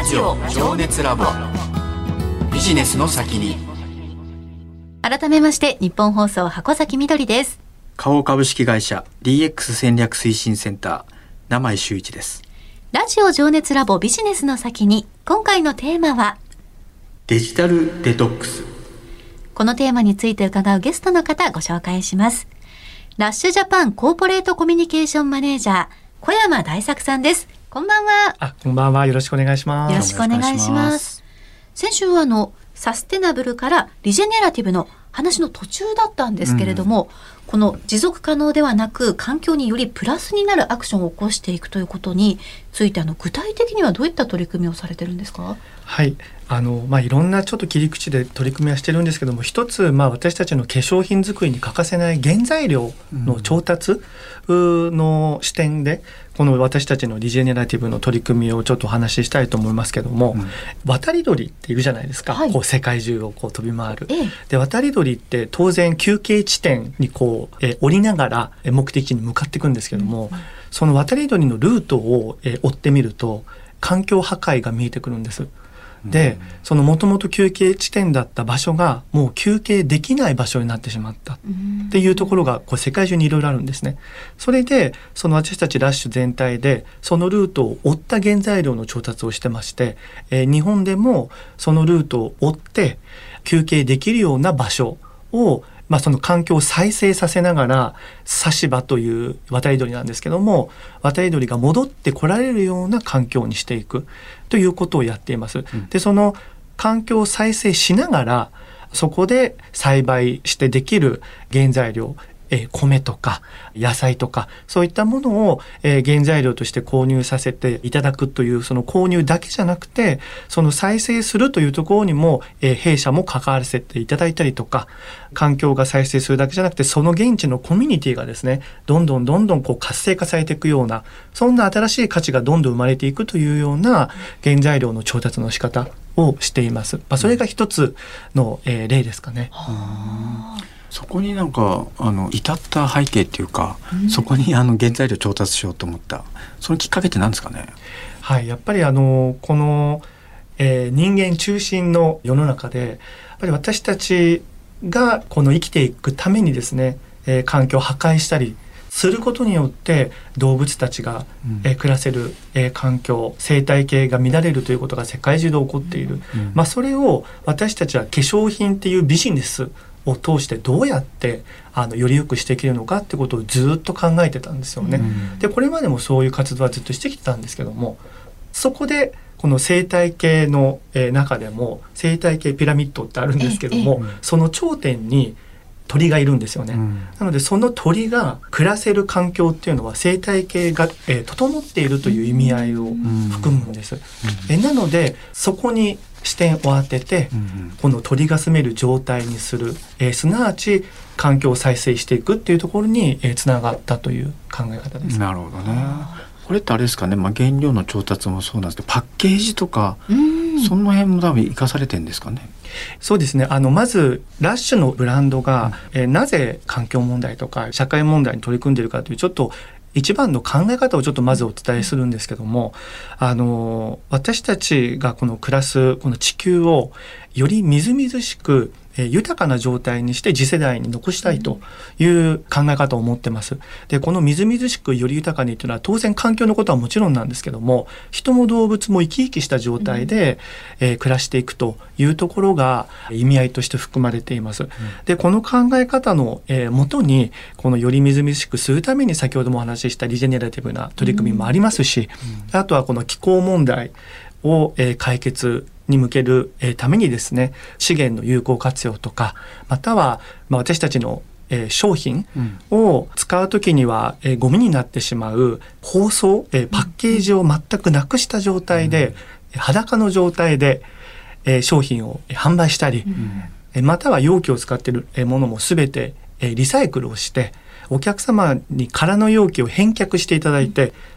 ジオ情熱ラボビジネスの先に。 改めまして日本放送箱崎みどりです。 花王株式会社 DX 戦略推進センター名前修一です。 ラジオ情熱ラボビジネスの先に、今回のテーマはデジタルデトックス。 このテーマについて伺うゲストの方ご紹介します。ラッシュジャパンコーポレートコミュニケーションマネージャー小山大作さんです。こんばんは。 こんばんは。よろしくお願いします。 よろしくお願いします。先週はサステナブルからリジェネラティブの話の途中だったんですけれども、この持続可能ではなく環境によりプラスになるアクションを起こしていくということについて具体的にはどういった取り組みをされてるんですか？ はい、いろんなちょっと切り口で取り組みはしてるんですけども、一つ私たちの化粧品作りに欠かせない原材料の調達の視点で、この私たちのリジェネラティブの取り組みをちょっとお話ししたいと思いますけども、渡り鳥っているじゃないですか、はい、こう世界中をこう飛び回る、で渡り鳥って当然休憩地点にこう、降りながら目的地に向かっていくんですけども、その渡り鳥のルートを、追ってみると環境破壊が見えてくるんです。で、そのもともと休憩地点だった場所がもう休憩できない場所になってしまったっていうところがこう世界中にいろいろあるんですね。それでその私たちラッシュ全体でそのルートを追った原材料の調達をしてまして、日本でもそのルートを追って休憩できるような場所をその環境を再生させながら、差し場という渡り鳥なんですけども、渡り鳥が戻ってこられるような環境にしていくということをやっています。で、その環境を再生しながら、そこで栽培してできる原材料、米とか野菜とかそういったものを、原材料として購入させていただくという、その購入だけじゃなくてその再生するというところにも、弊社も関わらせていただいたりとか、環境が再生するだけじゃなくてその現地のコミュニティがですね、どんどんこう活性化されていくような、そんな新しい価値がどんどん生まれていくというような原材料の調達の仕方をしています。それが一つの、例ですかね。 そこに至った背景っていうか、そこに原材料調達しようと思ったそのきっかけって何ですかね？ はい、やっぱりこの、人間中心の世の中で、やっぱり私たちがこの生きていくためにですね、環境を破壊したりすることによって動物たちが、暮らせる、環境、生態系が乱れるということが世界中で起こっている、それを私たちは化粧品っていうビジネスを通してどうやってより良くしていけるのかってことをずっと考えてたんですよね。で、これまでもそういう活動はずっとしてきてたんですけども、そこでこの生態系の、中でも生態系ピラミッドってあるんですけども、その頂点に鳥がいるんですよね。なのでその鳥が暮らせる環境っていうのは生態系が、整っているという意味合いを含むんです。なのでそこに視点を当てて、この鳥が住める状態にする、すなわち環境を再生していくっていうところに、つながったという考え方です。 なるほどね。これってあれですかね、原料の調達もそうなんですけど、パッケージとかその辺も多分生かされてるんですかね？ そうですね。まずラッシュのブランドが、なぜ環境問題とか社会問題に取り組んでいるかというちょっと一番の考え方をちょっとまずお伝えするんですけども、私たちがこの暮らすこの地球をよりみずみずしく豊かな状態にして次世代に残したいという考え方を持ってます。で、このみずみずしくより豊かにというのは当然環境のことはもちろんなんですけども、人も動物も生き生きした状態で、暮らしていくというところが意味合いとして含まれています。で、この考え方の、もとにこのよりみずみずしくするために先ほどもお話ししたリジェネラティブな取り組みもありますし、あとはこの気候問題を、解決に向けるためにですね、資源の有効活用とか、または私たちの商品を使うときにはゴミになってしまう包装、パッケージを全くなくした状態で、裸の状態で商品を販売したり、または容器を使っているものもすべてリサイクルをして、お客様に空の容器を返却していただいて、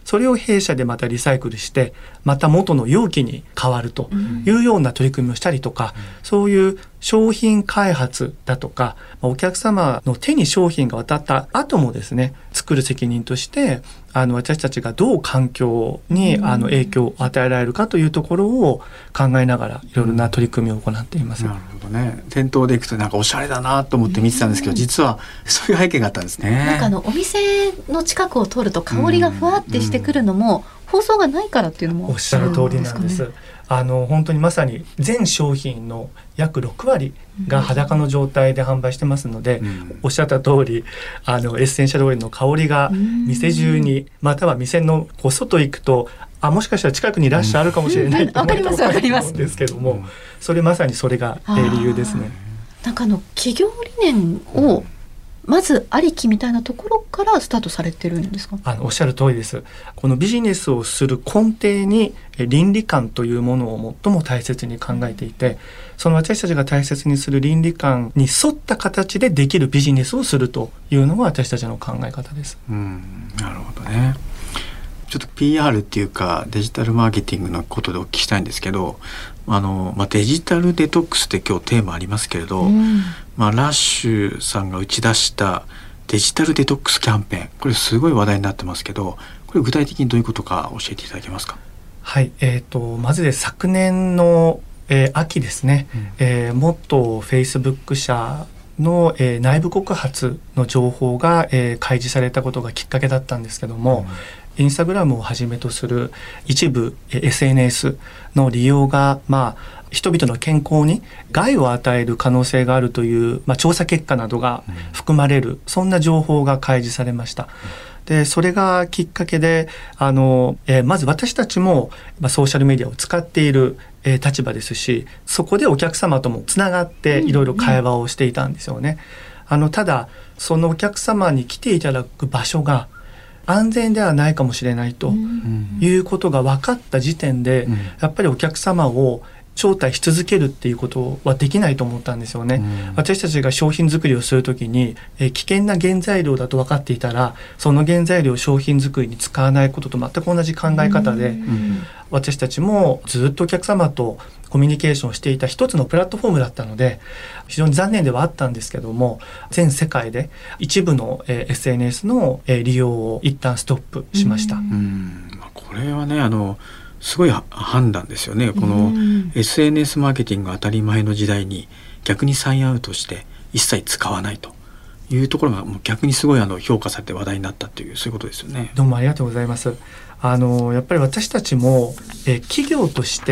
それを弊社でまたリサイクルしてまた元の容器に変わるというような取り組みをしたりとか、そういう商品開発だとかお客様の手に商品が渡った後もですね、作る責任として私たちがどう環境に影響を与えられるかというところを考えながらいろいろな取り組みを行っています。 なるほどね。店頭で行くとなんかおしゃれだなと思って見てたんですけど、実はそういう背景があったんですね。 なんかお店の近くを通ると香りがふわってしてくるのも、包装がないからっていうのもおっしゃる通りなんです。本当にまさに全商品の約6割が裸の状態で販売してますので、おっしゃった通りエッセンシャルオイルの香りが店中に、または店の外行くともしかしたら近くにラッシュあるかもしれないと思うんですけども、それまさにそれが理由ですね。 なんか企業理念をまずありきみたいなところからスタートされてるんですか？ おっしゃる通りです。このビジネスをする根底に倫理観というものを最も大切に考えていて、その私たちが大切にする倫理観に沿った形でできるビジネスをするというのが私たちの考え方です。 なるほどね。ちょっと PR っていうかデジタルマーケティングのことでお聞きしたいんですけど、デジタルデトックスって今日テーマありますけれど、ラッシュさんが打ち出したデジタルデトックスキャンペーン、これすごい話題になってますけど、これ具体的にどういうことか教えていただけますか？ はい、まず昨年の、秋ですね、もっと Facebook 社の、内部告発の情報が、開示されたことがきっかけだったんですけども、インスタグラムをはじめとする一部 SNS の利用が、人々の健康に害を与える可能性があるという、調査結果などが含まれる、そんな情報が開示されました。でそれがきっかけでまず私たちも、ソーシャルメディアを使っている、立場ですし、そこでお客様ともつながっていろいろ会話をしていたんですよね。ただそのお客様に来ていただく場所が安全ではないかもしれないということが分かった時点で、やっぱりお客様を招待し続けるっていうことはできないと思ったんですよね。私たちが商品作りをするときに、危険な原材料だと分かっていたら、その原材料を商品作りに使わないことと全く同じ考え方で、私たちもずっとお客様とコミュニケーションをしていた一つのプラットフォームだったので、非常に残念ではあったんですけども、全世界で一部の SNS の利用を一旦ストップしました。 これはねすごい判断ですよね。この SNS マーケティングが当たり前の時代に逆にサインアウトして一切使わないというところがもう逆にすごい評価されて話題になったという、そういうことですよね。 どうもありがとうございます。やっぱり私たちも企業として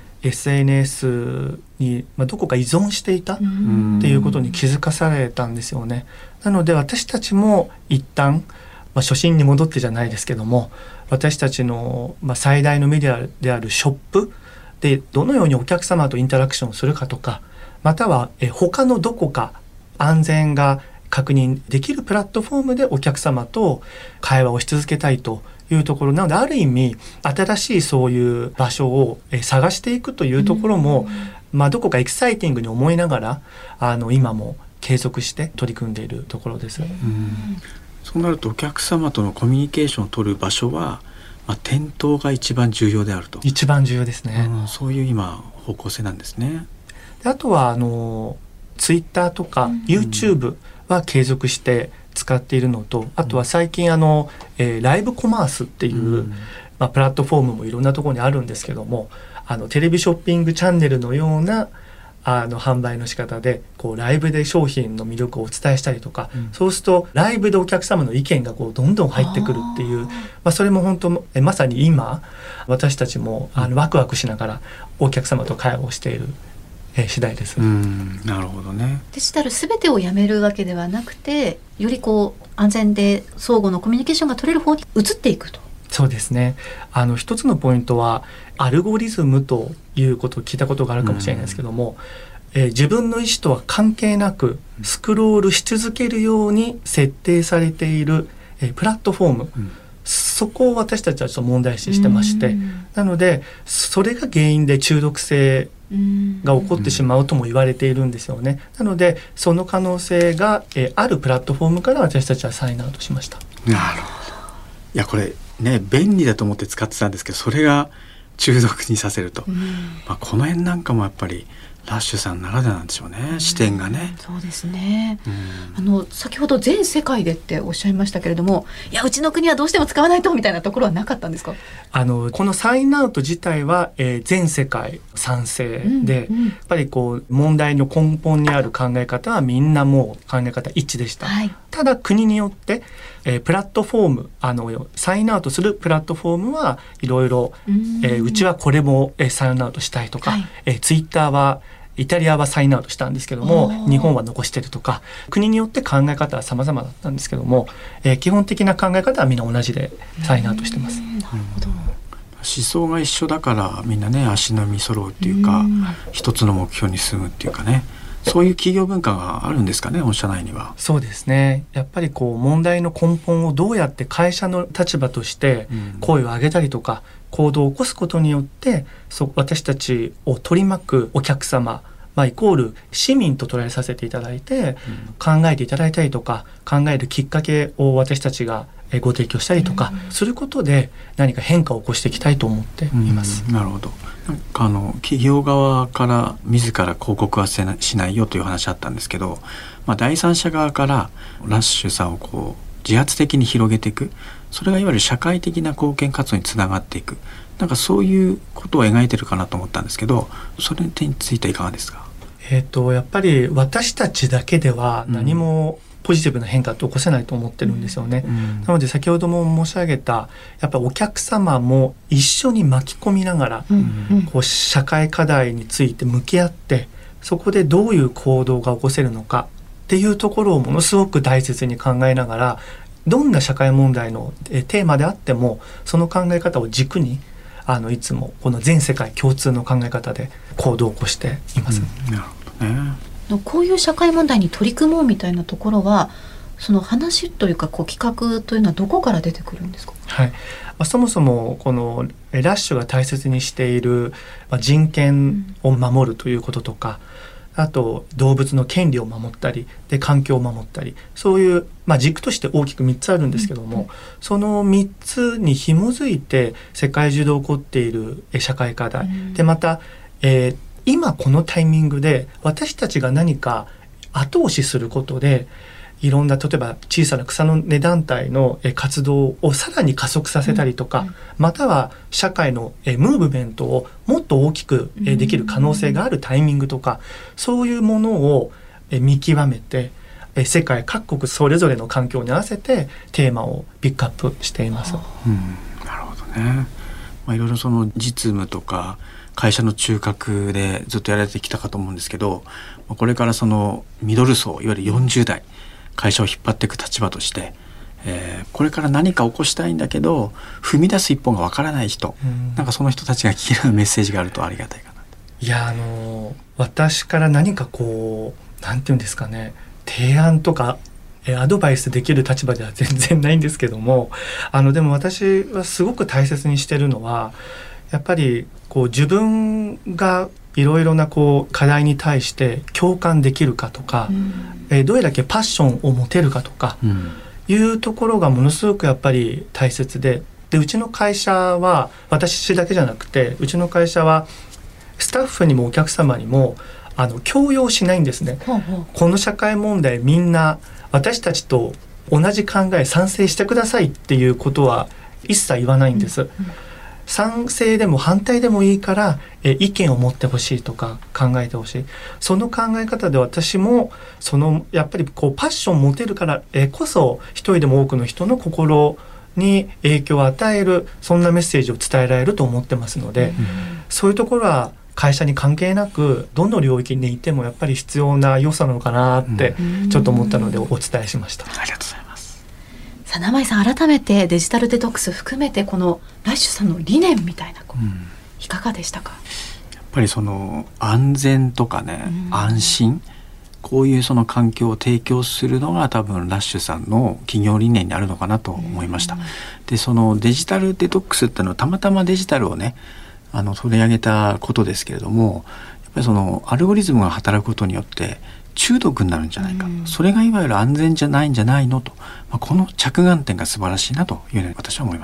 SNS にどこか依存していたっていうことに気づかされたんですよね。なので私たちも一旦初心に戻ってじゃないですけども、私たちの最大のメディアであるショップでどのようにお客様とインタラクションするかとか、または他のどこか安全が確認できるプラットフォームでお客様と会話をし続けたいというところなので、ある意味新しいそういう場所を探していくというところも、どこかエキサイティングに思いながら今も継続して取り組んでいるところです。 そうなるとお客様とのコミュニケーションを取る場所は、店頭が一番重要であると。 一番重要ですね。 そういう今方向性なんですね。 であとはツイッターとか YouTube は継続して使っているのと、あとは最近ライブコマースっていう、プラットフォームもいろんなところにあるんですけども、テレビショッピングチャンネルのような販売の仕方でライブで商品の魅力をお伝えしたりとか、そうするとライブでお客様の意見がどんどん入ってくるっていう、それも本当まさに今私たちもワクワクしながらお客様と会話をしている次第です。 なるほどね。 デジタル全てをやめるわけではなくて、より安全で相互のコミュニケーションが取れる方に移っていくと。 そうですね。一つのポイントはアルゴリズムということを聞いたことがあるかもしれないですけども、自分の意思とは関係なくスクロールし続けるように設定されている、プラットフォーム、そこを私たちはちょっと問題視してまして、なのでそれが原因で中毒性が起こってしまうとも言われているんですよね。なのでその可能性が、あるプラットフォームから私たちはサインアウトしました。 なるほど。いやこれね便利だと思って使ってたんですけど、それが中毒にさせると、この辺なんかもやっぱりラッシュさんならではなんでしょうね、視点がね。 そうですね、先ほど全世界でっておっしゃいましたけれども、いやうちの国はどうしても使わないとみたいなところはなかったんですか？ このサインアウト自体は、全世界賛成で、やっぱりこう問題の根本にある考え方はみんなもう考え方一致でした。ただ国によって、プラットフォームサインアウトするプラットフォームはいろいろ、うちはこれも、サインアウトしたいとか、ツイッターはイタリアはサインアウトしたんですけども、日本は残してるとか、国によって考え方は様々だったんですけども、基本的な考え方はみんな同じでサインアウトしてます。 なるほど。 思想が一緒だからみんなね足並み揃うっていうか、一つの目標に進むっていうかね、そういう企業文化があるんですかね、御社内には。 そうですね、やっぱりこう問題の根本をどうやって会社の立場として声を上げたりとか、行動を起こすことによって私たちを取り巻くお客様、イコール市民と捉えさせていただいて、考えていただいたりとか、考えるきっかけを私たちがご提供したりとかすることで何か変化を起こしていきたいと思っています。 なるほど。なんか企業側から自ら広告はしないよという話あったんですけど、第三者側からラッシュさんをこう自発的に広げていく、それがいわゆる社会的な貢献活動につながっていく、なんかそういうことを描いてるかなと思ったんですけど、それについてはいかがですか？ やっぱり私たちだけでは何もポジティブな変化って起こせないと思ってるんですよね。なので先ほども申し上げた、やっぱりお客様も一緒に巻き込みながら、こう社会課題について向き合って、そこでどういう行動が起こせるのかっていうところをものすごく大切に考えながら、どんな社会問題のテーマであってもその考え方を軸にいつもこの全世界共通の考え方で行動を起こしています。 なるほどね。 こういう社会問題に取り組もうみたいなところは、その話というか企画というのはどこから出てくるんですか？ そもそもこのラッシュが大切にしている人権を守るということとか、あと動物の権利を守ったりで環境を守ったり、そういう、軸として大きく3つあるんですけども、その3つに紐づいて世界中で起こっている社会課題で、また、今このタイミングで私たちが何か後押しすることで、いろんな例えば小さな草の根団体の活動をさらに加速させたりとか、または社会のムーブメントをもっと大きくできる可能性があるタイミングとか、そういうものを見極めて、世界各国それぞれの環境に合わせてテーマをピックアップしています。 なるほどね。いろいろその実務とか会社の中核でずっとやられてきたかと思うんですけど、これからそのミドル層、いわゆる40代会社を引っ張っていく立場として、これから何か起こしたいんだけど踏み出す一本がわからない人、なんかその人たちが聞けるメッセージがあるとありがたいかなと。 いや、私から何かこうなんていうんですかね、提案とかアドバイスできる立場では全然ないんですけども、でも私はすごく大切にしてるのは、やっぱりこう自分がいろいろなこう課題に対して共感できるかとか、どれだけパッションを持てるかとかいうところがものすごくやっぱり大切で、うちの会社は私だけじゃなくて、うちの会社はスタッフにもお客様にも強要しないんですね。この社会問題みんな私たちと同じ考え賛成してくださいっていうことは一切言わないんです。賛成でも反対でもいいから意見を持ってほしいとか考えてほしい。その考え方で私もやっぱりこうパッションを持てるからこそ一人でも多くの人の心に影響を与える、そんなメッセージを伝えられると思ってますので、そういうところは会社に関係なくどの領域にいてもやっぱり必要な要素なのかなってちょっと思ったのでお伝えしました。 ありがとうございます。 さあ、名前さん、改めてデジタルデトックス含めてこのラッシュさんの理念みたいな、いかがでしたか？ やっぱりその安全とかね、安心、こういうその環境を提供するのが多分ラッシュさんの企業理念にあるのかなと思いました。で、そのデジタルデトックスっていうのはたまたまデジタルをね取り上げたことですけれども、やっぱりそのアルゴリズムが働くことによって中毒になるんじゃないか、それがいわゆる安全じゃないんじゃないのと、この着眼点が素晴らしいなというふうに私は思いました。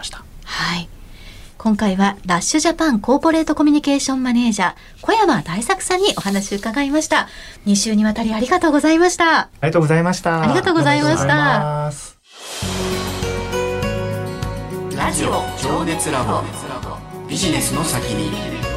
はい。今回はラッシュジャパンコーポレートコミュニケーションマネージャー小山大作さんにお話を伺いました。2週にわたりありがとうございました。 ありがとうございました。 ありがとうございました。 ラジオ情熱ラボ、ビジネスの先に